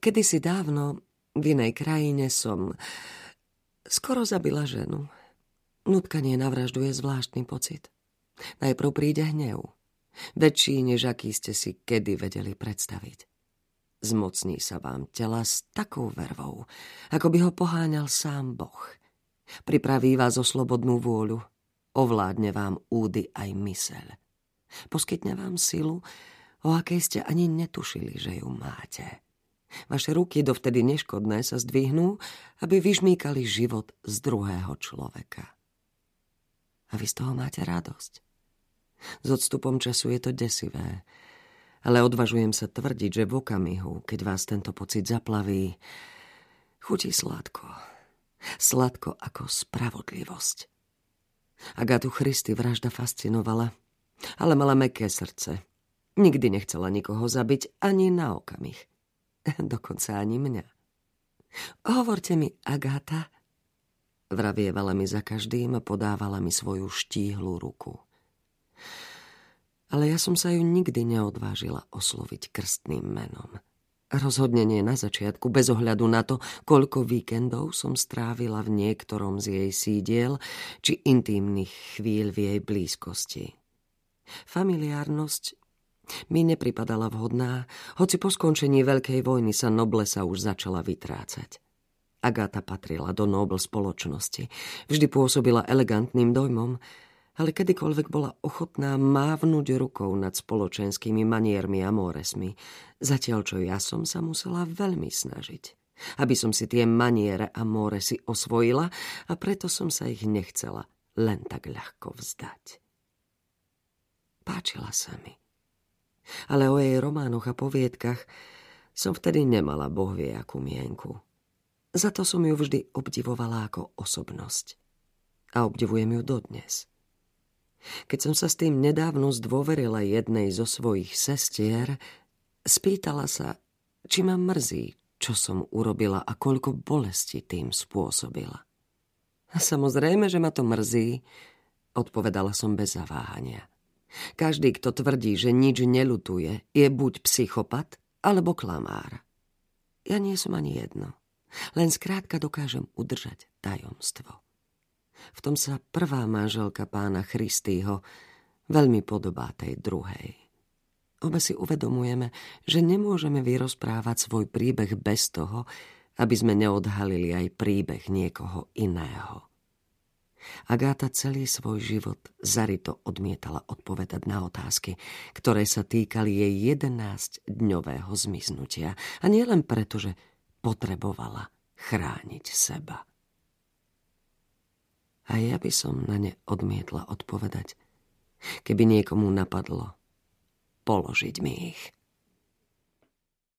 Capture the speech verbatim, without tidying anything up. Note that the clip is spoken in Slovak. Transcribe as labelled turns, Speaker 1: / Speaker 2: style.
Speaker 1: Kedysi dávno v inej krajine som skoro zabila ženu. Nutkanie na vraždu je zvláštny pocit. Najprv príde hnev. Väčší, než aký ste si kedy vedeli predstaviť. Zmocní sa vám tela s takou vervou, ako by ho poháňal sám Boh. Pripraví vás o slobodnú vôľu. Ovládne vám údy aj myseľ. Poskytne vám silu, o akej ste ani netušili, že ju máte. Vaše ruky dovtedy neškodné sa zdvihnú, aby vyžmýkali život z druhého človeka. A vy z toho máte radosť. S odstupom času je to desivé, ale odvažujem sa tvrdiť, že v okamihu, keď vás tento pocit zaplaví, chutí sladko. Sladko ako spravodlivosť. Agátu Christy vražda fascinovala, ale mala mäkké srdce. Nikdy nechcela nikoho zabiť ani na okamih. Dokonca ani mňa. Hovorte mi, Agáta, vravievala mi za každým a podávala mi svoju štíhlu ruku. Ale ja som sa ju nikdy neodvážila osloviť krstným menom. Rozhodne nie na začiatku, bez ohľadu na to, koľko víkendov som strávila v niektorom z jej sídiel či intímnych chvíľ v jej blízkosti. Familiárnosť mi nepripadala vhodná, hoci po skončení Veľkej vojny sa noblesa už začala vytrácať. Agáta patrila do nobl spoločnosti, vždy pôsobila elegantným dojmom, ale kedykoľvek bola ochotná mávnuť rukou nad spoločenskými maniermi a móresmi, zatiaľ čo ja som sa musela veľmi snažiť, aby som si tie maniere a móresy osvojila, a preto som sa ich nechcela len tak ľahko vzdať. Páčila sa mi. Ale o jej románoch a poviedkach som vtedy nemala bohvie akú mienku. Za to som ju vždy obdivovala ako osobnosť. A obdivujem ju dodnes. Keď som sa s tým nedávno zdôverila jednej zo svojich sestier, spýtala sa, či ma mrzí, čo som urobila a koľko bolesti tým spôsobila. A samozrejme, že ma to mrzí, odpovedala som bez zaváhania. Každý, kto tvrdí, že nič neľutuje, je buď psychopat, alebo klamár. Ja nie som ani jedno. Len skrátka dokážem udržať tajomstvo. V tom sa prvá manželka pána Christyho veľmi podobá tej druhej. Obe si uvedomujeme, že nemôžeme vyrozprávať svoj príbeh bez toho, aby sme neodhalili aj príbeh niekoho iného. Agáta celý svoj život zarito odmietala odpovedať na otázky, ktoré sa týkali jej jedenásťdňového zmiznutia. A nie len preto, že potrebovala chrániť seba. A ja by som na ne odmietla odpovedať, keby niekomu napadlo položiť mi ich.